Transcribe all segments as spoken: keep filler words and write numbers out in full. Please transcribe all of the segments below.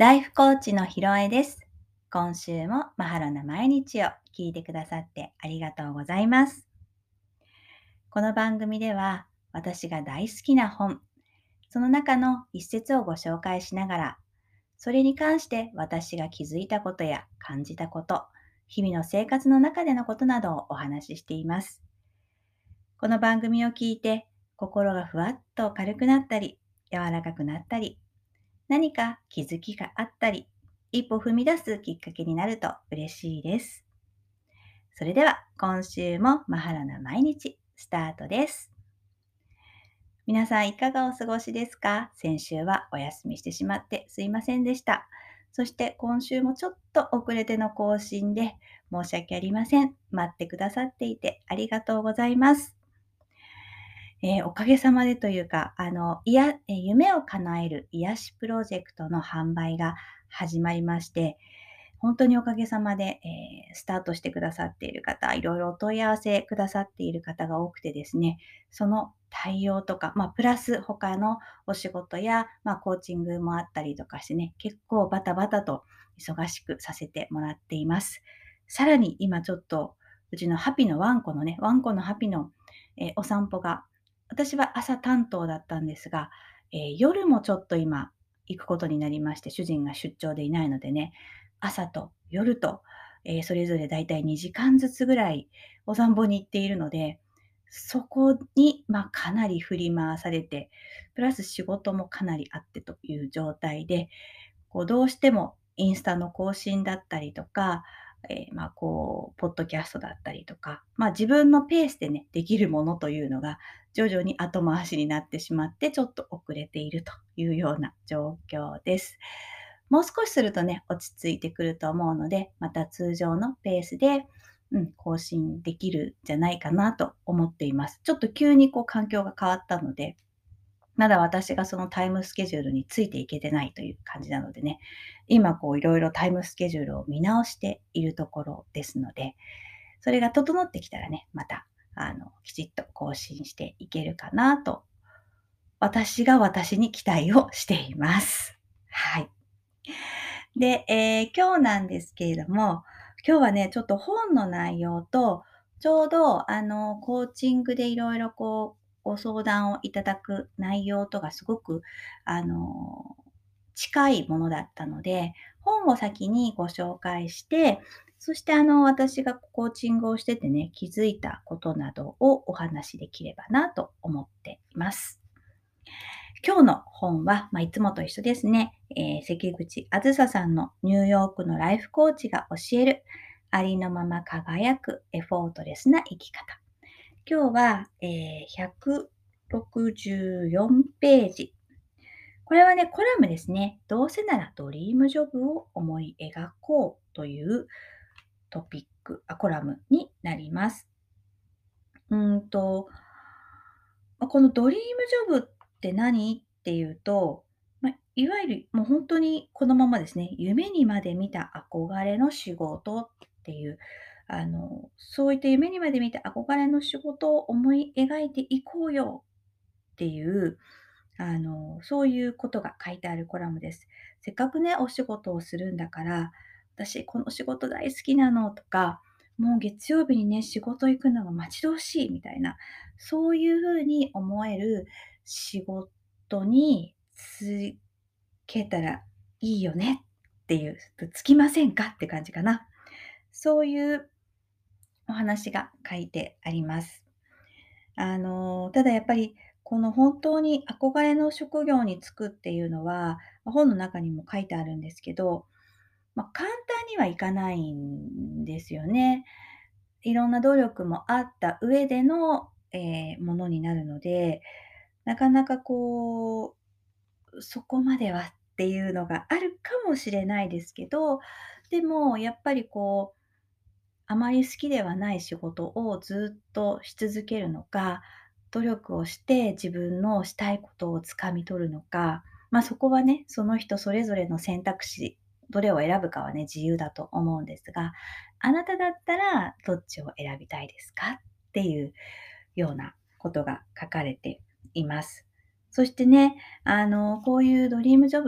ライフコーチのひろえです。今週もマハロな毎日を聞いてくださってありがとうございます。この番組では私が大好きな本、その中の一節をご紹介しながら、それに関して私が気づいたことや感じたこと、日々の生活の中でのことなどをお話ししています。この番組を聞いて心がふわっと軽くなったり、柔らかくなったり、何か気づきがあったり、一歩踏み出すきっかけになると嬉しいです。それでは今週もマハラな毎日スタートです。皆さんいかがお過ごしですか？先週はお休みしてしまってすいませんでした。そして今週もちょっと遅れての更新で申し訳ありません。待ってくださっていてありがとうございます。えーおかげさまでというか、あの、いや、えー夢を叶える癒しプロジェクトの販売が始まりまして、本当におかげさまで、えースタートしてくださっている方、いろいろお問い合わせくださっている方が多くてですね、その対応とか、まあ、プラス他のお仕事や、まあ、コーチングもあったりとかしてね、結構バタバタと忙しくさせてもらっています。さらに今ちょっと、うちのハピのワンコのね、ワンコのハピの、えーお散歩が私は朝担当だったんですが、えー夜もちょっと今行くことになりまして、主人が出張でいないのでね、朝と夜と、えーそれぞれだいたいにじかんずつぐらいお散歩に行っているので、そこに、まあ、かなり振り回されて、プラス仕事もかなりあってという状態で、こうどうしてもインスタの更新だったりとか、えーまあこう、ポッドキャストだったりとか、まあ自分のペースでね、できるものというのが徐々に後回しになってしまって、ちょっと遅れているというような状況です。もう少しするとね、落ち着いてくると思うので、また通常のペースで、うん、更新できるんじゃないかなと思っています。ちょっと急にこう環境が変わったので、まだ私がそのタイムスケジュールについていけてないという感じなのでね、今こういろいろタイムスケジュールを見直しているところですので、それが整ってきたらね、また、あの、きちっと更新していけるかなと、私が私に期待をしています。はい。で、えー今日なんですけれども、今日はね、ちょっと本の内容と、ちょうど、あの、コーチングでいろいろこう、ご相談をいただく内容とがすごく、あの、近いものだったので、本を先にご紹介して、そしてあの、私がコーチングをしててね、気づいたことなどをお話しできればなと思っています。今日の本は、まあ、いつもと一緒ですね。えー関口あずささんのニューヨークのライフコーチが教えるありのまま輝くエフォートレスな生き方。今日は、えーひゃくろくじゅうよんページ。これはね、コラムですね。どうせならドリームジョブを思い描こうというトピック、あコラムになります。うーんと、ま、このドリームジョブって何っていうと、ま、いわゆるもうほんとにこのままですね、夢にまで見た憧れの仕事っていう、あの、そういった夢にまで見た憧れの仕事を思い描いていこうよっていう、あの、そういうことが書いてあるコラムです。せっかくね、お仕事をするんだから、私この仕事大好きなのとか、もう月曜日にね、仕事行くのが待ち遠しいみたいな、そういう風に思える仕事に就けたらいいよねっていう、つきませんかって感じかな。そういうお話が書いてあります。あの、ただやっぱり、この本当に憧れの職業に就くっていうのは、ま、本の中にも書いてあるんですけど、ま、簡単にはいかないんですよね。いろんな努力もあった上での、ええ、ものになるので、なかなかこう、そこまではっていうのがあるかもしれないですけど、でもやっぱりこうあまり好きではない仕事をずっとし続けるのか、努力をして自分のしたいことを掴み取るのか、まあ、そこはね、その人それぞれの選択肢、どれを選ぶかはね、自由だと思うんですが、あなただったらどっちを選びたいですかっていうようなことが書かれています。そしてね、あの、こういうドリームジョブ、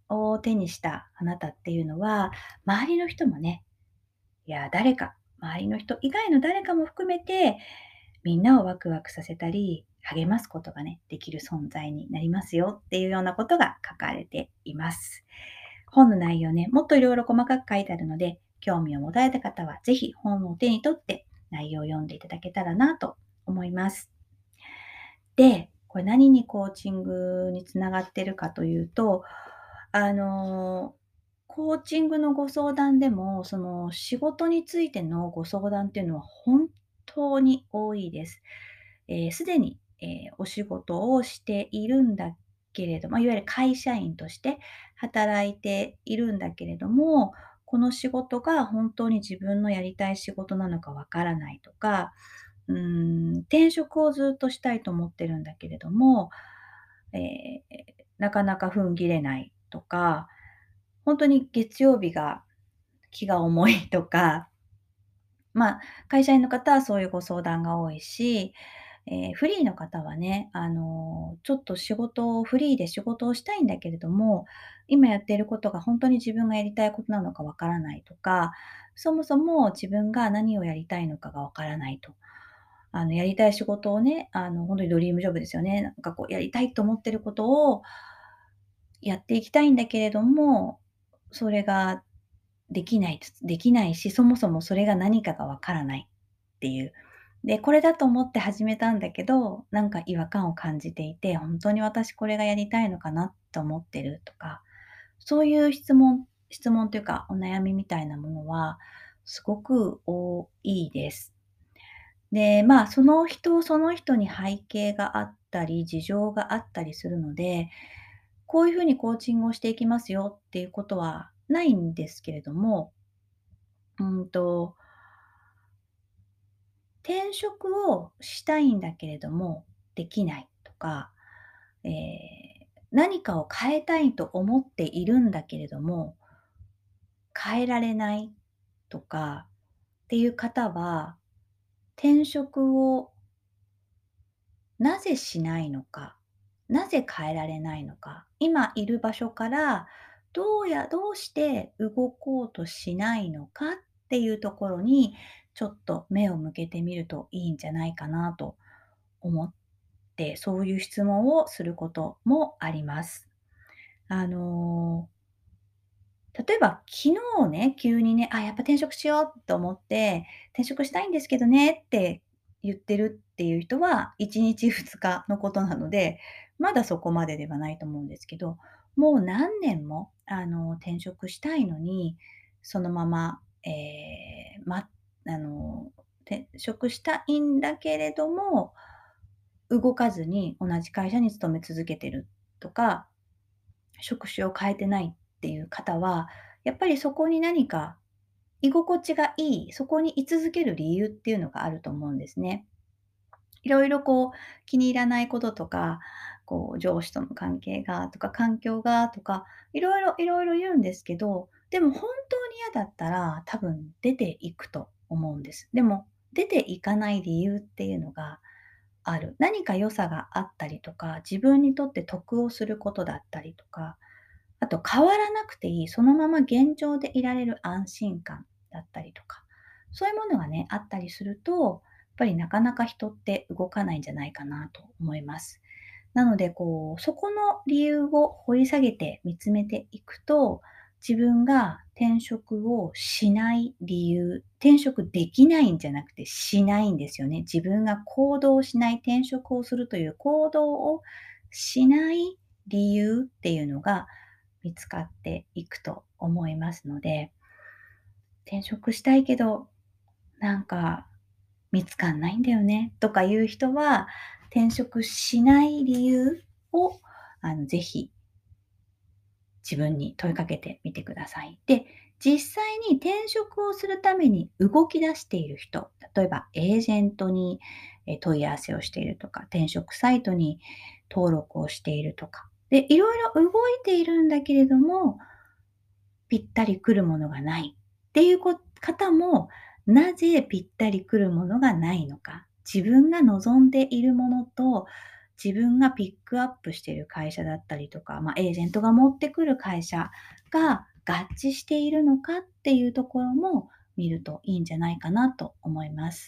を手にしたあなたっていうのは、周りの人もね、いや、誰か、周りの人以外の誰かも含めて、みんなをワクワクさせたり、励ますことがね、できる存在になりますよっていうようなことが書かれています。本の内容ね、もっといろいろ細かく書いてあるので、興味を持たれた方はぜひ本を手に取って内容を読んでいただけたらなと思います。で、これ何にコーチングにつながってるかというと、あの、コーチングのご相談でも、その仕事についてのご相談っていうのは本当に多いです。えーすでに、えーお仕事をしているんだけれども、いわゆる会社員として働いているんだけれども、この仕事が本当に自分のやりたい仕事なのかわからないとか、うーん、転職をずっとしたいと思ってるんだけれども、えーなかなか踏ん切れないとか、本当に月曜日が気が重いとか、まあ、会社員の方はそういうご相談が多いし、えーフリーの方はね、あの、ちょっと仕事をフリーで仕事をしたいんだけれども、今やっていることが本当に自分がやりたいことなのかわからないとか、そもそも自分が何をやりたいのかがわからないと。あの、やりたい仕事をね、あの、本当にドリームジョブですよね。なんかこうやりたいと思ってることをやっていきたいんだけれども、それができないつできないし、そもそもそれが何かがわからないっていう。で、これだと思って始めたんだけど、なんか違和感を感じていて、本当に私これがやりたいのかなと思ってるとか、そういう質問質問というか、お悩みみたいなものはすごく多いです。で、まあ、その人その人に背景があったり、事情があったりするので、こういうふうにコーチングをしていきますよっていうことはないんですけれども、うんと、転職をしたいんだけれども、できないとか、えー何かを変えたいと思っているんだけれども、変えられないとかっていう方は、転職をなぜしないのか、なぜ変えられないのか、今いる場所からどうやどうして動こうとしないのかっていうところに、ちょっと目を向けてみるといいんじゃないかなと思って、そういう質問をすることもあります。あの例えば昨日ね、急にね、あ、やっぱ転職しようと思って、転職したいんですけどねって言ってるっていう人はいちにちふつかのことなので、まだそこまでではないと思うんですけど、もう何年もあの転職したいのに、そのまま、ええ、まあの、転職したいんだけれども、動かずに同じ会社に勤め続けてるとか、職種を変えてないっていう方は、やっぱりそこに何か居心地がいい、そこに居続ける理由っていうのがあると思うんですね。いろいろこう気に入らないこととか、こう上司との関係がとか環境がとか、いろいろいろいろ言うんですけど、でも本当に嫌だったら多分出ていくと思うんです。でも出ていかない理由っていうのがある。何か良さがあったりとか、自分にとって得をすることだったりとか、あと変わらなくていい、そのまま現状でいられる安心感だったりとか、そういうものがね、あったりすると、やっぱりなかなか人って動かないんじゃないかなと思います。なので、こう、そこの理由を掘り下げて見つめていくと、自分が転職をしない理由、転職できないんじゃなくてしないんですよね。自分が行動しない、転職をするという行動をしない理由っていうのが見つかっていくと思いますので、転職したいけど、なんか見つかんないんだよねとかいう人は、転職しない理由を、あの、ぜひ自分に問いかけてみてください。で、実際に転職をするために動き出している人、例えばエージェントにえ問い合わせをしているとか、転職サイトに登録をしているとか、で、いろいろ動いているんだけれども、ぴったり来るものがないっていうこ方も、なぜぴったり来るものがないのか、自分が望んでいるものと自分がピックアップしている会社だったりとか、まあ、エージェントが持ってくる会社が合致しているのかっていうところも見るといいんじゃないかなと思います。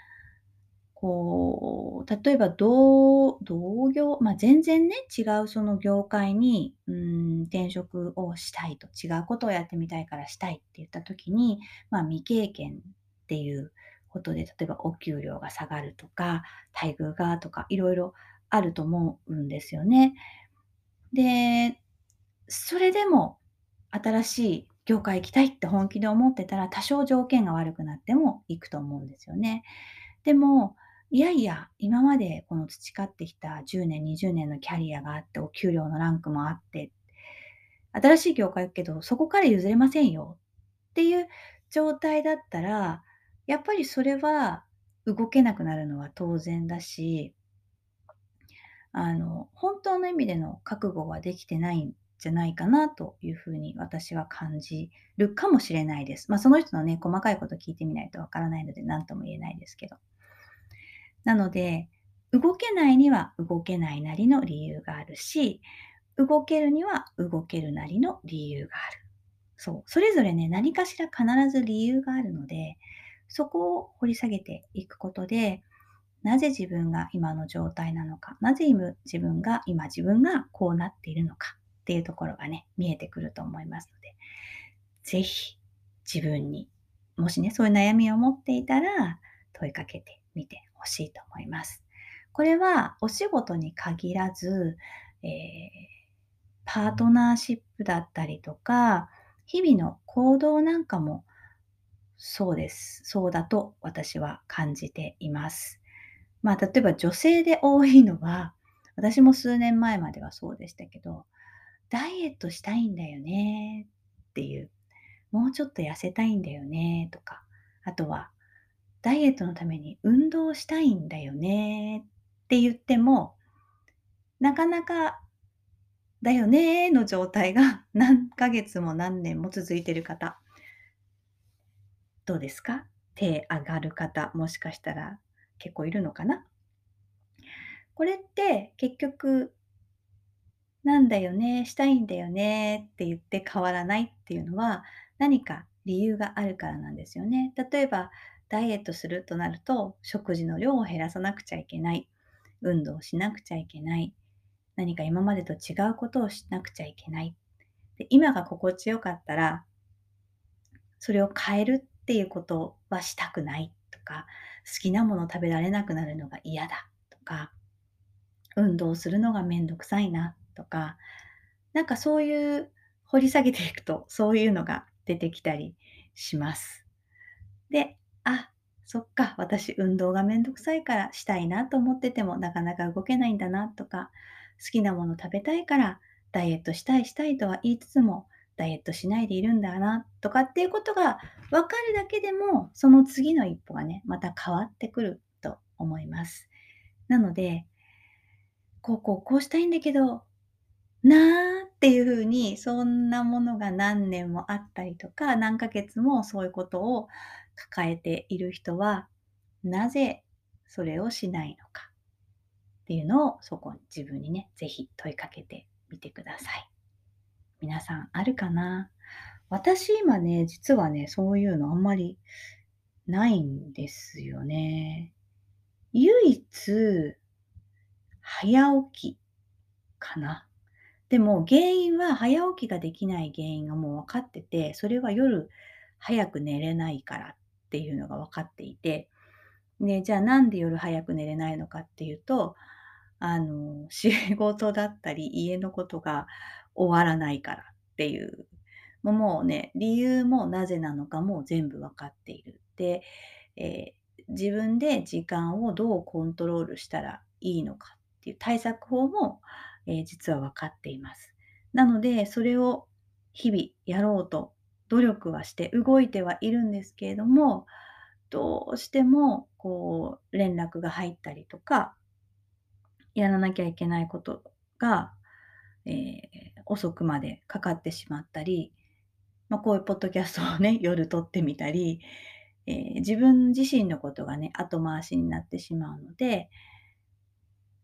こう、例えば同同業、まあ、全然ね、違うその業界に、うーん、転職をしたいと、違うことをやってみたいからしたいって言った時に、まあ、未経験っていうことで、例えばお給料が下がるとか、待遇がとか、いろいろあると思うんですよね。で、それでも新しい業界行きたいって本気で思ってたら、多少条件が悪くなっても行くと思うんですよね。でも、いやいや、今までこの培ってきたじゅうねん、にじゅうねんのキャリアがあって、お給料のランクもあって、新しい業界行くけど、そこから譲れませんよっていう状態だったら、やっぱりそれは動けなくなるのは当然だし、あの、本当の意味での覚悟はできてないんじゃないかなというふうに私は感じるかもしれないです。まあ、その人のね、細かいこと聞いてみないとわからないので何とも言えないですけど。なので、動けないには動けないなりの理由があるし、動けるには動けるなりの理由がある。そう。それぞれね、何かしら必ず理由があるので、そこを掘り下げていくことで、なぜ自分が今の状態なのか、なぜ今自分が今自分がこうなっているのかっていうところがね、見えてくると思いますので、ぜひ自分に、もしね、そういう悩みを持っていたら、問いかけてみてほしいと思います。これはお仕事に限らず、えーパートナーシップだったりとか、日々の行動なんかもそうです。そうだと私は感じています。まあ、例えば女性で多いのは、私も数年前まではそうでしたけど、ダイエットしたいんだよねっていう、もうちょっと痩せたいんだよねとか、あとは、ダイエットのために運動したいんだよねって言っても、なかなかだよねの状態が何ヶ月も何年も続いている方、どうですか？手上がる方、もしかしたら結構いるのかな？これって結局なんだよね、したいんだよねって言って変わらないっていうのは、何か理由があるからなんですよね。例えば、ダイエットするとなると、食事の量を減らさなくちゃいけない。運動しなくちゃいけない。何か今までと違うことをしなくちゃいけない。で、今が心地よかったら、それを変えるっていうことはしたくないとか、好きなものを食べられなくなるのが嫌だとか、運動するのがめんどくさいなとか、なんかそういう掘り下げていくと、そういうのが出てきたりします。で、あ、そっか、私運動がめんどくさいからしたいなと思っててもなかなか動けないんだなとか、好きなもの食べたいからダイエットしたいしたいとは言いつつも、ダイエットしないでいるんだなとかっていうことが分かるだけでも、その次の一歩がね、また変わってくると思います。なので、こうこうこうしたいんだけど、なっていう風に、そんなものが何年もあったりとか、何ヶ月もそういうことを抱えている人は、なぜそれをしないのかっていうのを、そこに自分にね、ぜひ問いかけてみてください。皆さんあるかな？私今ね、実はね、そういうのあんまりないんですよね。唯一、早起きかな。でも原因は早起きができない原因がもう分かってて、それは夜早く寝れないからっていうのが分かっていて、で、じゃあなんで夜早く寝れないのかっていうと、あの、仕事だったり家のことが終わらないからっていう、もうもうね、理由もなぜなのかも全部分かっている。で、えー自分で時間をどうコントロールしたらいいのかっていう対策法も、えー実は分かっています。なので、それを日々やろうと努力はして動いてはいるんですけれども、どうしてもこう連絡が入ったりとか、やらなきゃいけないことが、えー遅くまでかかってしまったり、まあ、こういうポッドキャストをね、夜撮ってみたり、えー自分自身のことがね、後回しになってしまうので、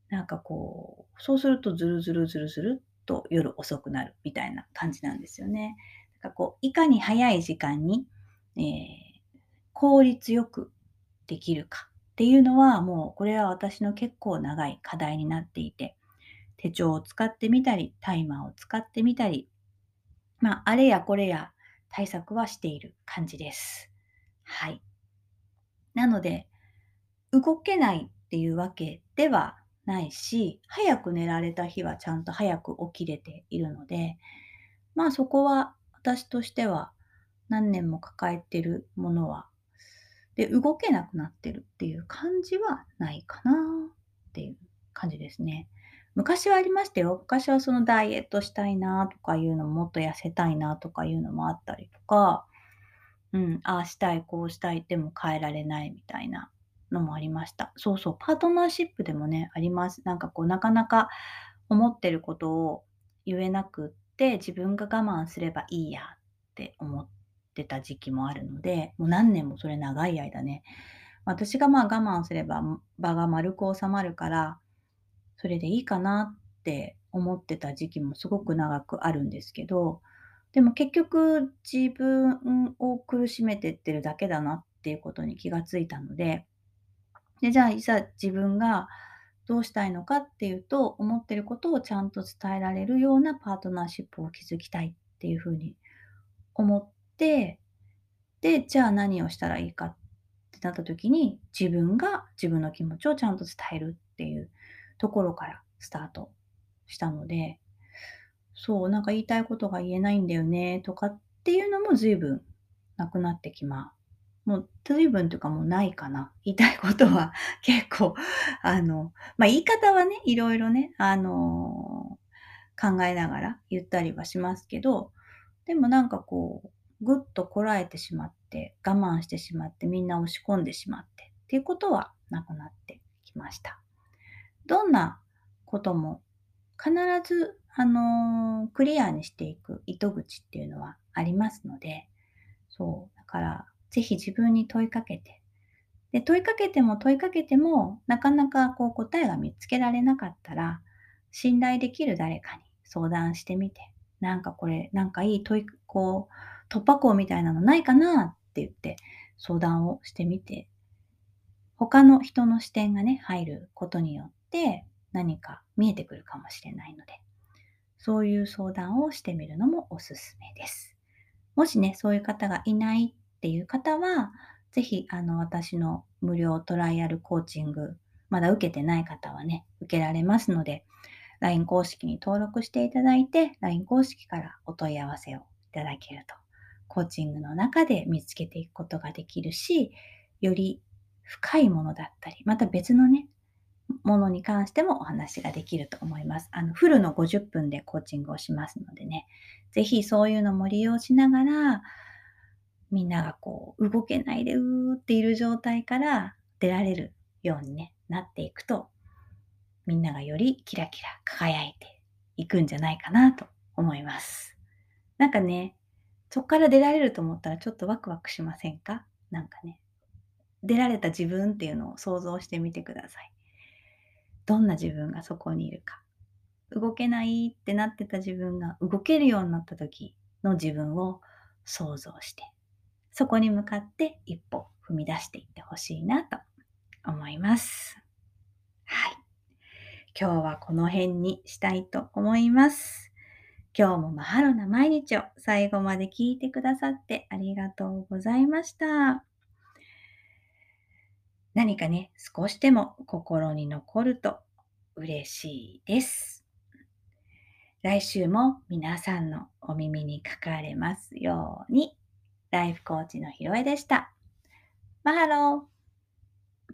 なんかこう、そうするとずるずるずるずるっと夜遅くなるみたいな感じなんですよね。なんかこう、いかに早い時間に、えー効率よくできるかっていうのは、もうこれは私の結構長い課題になっていて、手帳を使ってみたり、タイマーを使ってみたり、まあ、あれやこれや対策はしている感じです。はい。なので、動けないっていうわけではないし、早く寝られた日はちゃんと早く起きれているので、まあそこは私としては何年も抱えてるものは、で、動けなくなってるっていう感じはないかなっていう感じですね。昔はありましたよ。昔はそのダイエットしたいなとかいうのも、もっと痩せたいなとかいうのもあったりとか、うん、ああしたい、こうしたい、でも変えられないみたいなのもありました。そうそう、パートナーシップでもね、あります。なんかこう、なかなか思ってることを言えなくって、自分が我慢すればいいやって思ってた時期もあるので、もう何年もそれ長い間ね、私がまあ我慢すれば場が丸く収まるから、それでいいかなって思ってた時期もすごく長くあるんですけど、でも結局自分を苦しめてってるだけだなっていうことに気がついたので、で、じゃあいざ自分がどうしたいのかっていうと、思ってることをちゃんと伝えられるようなパートナーシップを築きたいっていうふうに思って、で、じゃあ何をしたらいいかってなった時に、自分が自分の気持ちをちゃんと伝えるっていうところからスタートしたので、そう、なんか言いたいことが言えないんだよねとかっていうのも随分なくなってきまもう随分というかもうないかな。言いたいことは結構あの、ま、言い方はね、いろいろね、あの、考えながら言ったりはしますけど、でもなんかこう、ぐっとこらえてしまって、我慢してしまって、みんな押し込んでしまってっていうことはなくなってきました。どんなことも必ず、あの、クリアにしていく糸口っていうのはありますので、そう、だから、ぜひ自分に問いかけて、で、問いかけても問いかけても、なかなかこう答えが見つけられなかったら、信頼できる誰かに相談してみて、なんかこれ、なんかいい問いこう、突破口みたいなのないかなって言って相談をしてみて、他の人の視点がね、入ることによって、何か見えてくるかもしれないので、そういう相談をしてみるのもおすすめです。もしね、そういう方がいないっていう方は、ぜひ、あの、私の無料トライアルコーチング、まだ受けてない方はね、受けられますので、ライン 公式に登録していただいて、ライン 公式からお問い合わせをいただけると、コーチングの中で見つけていくことができるし、より深いものだったり、また別のね、ものに関してもお話ができると思います。あの、フルのごじゅっぷんでコーチングをしますのでね、ぜひそういうのも利用しながら、みんながこう動けないでうーっている状態から出られるようにね、なっていくと、みんながよりキラキラ輝いていくんじゃないかなと思います。なんかね、そっから出られると思ったらちょっとワクワクしませんか？なんかね、出られた自分っていうのを想像してみてください。どんな自分がそこにいるか。動けないってなってた自分が動けるようになった時の自分を想像して、そこに向かって一歩踏み出していってほしいなと思います。はい。今日はこの辺にしたいと思います。今日もマハロな毎日を最後まで聞いてくださってありがとうございました。何かね、少しでも心に残ると嬉しいです。来週も皆さんのお耳にかかれますように。ライフコーチのひろえでした。マハロー。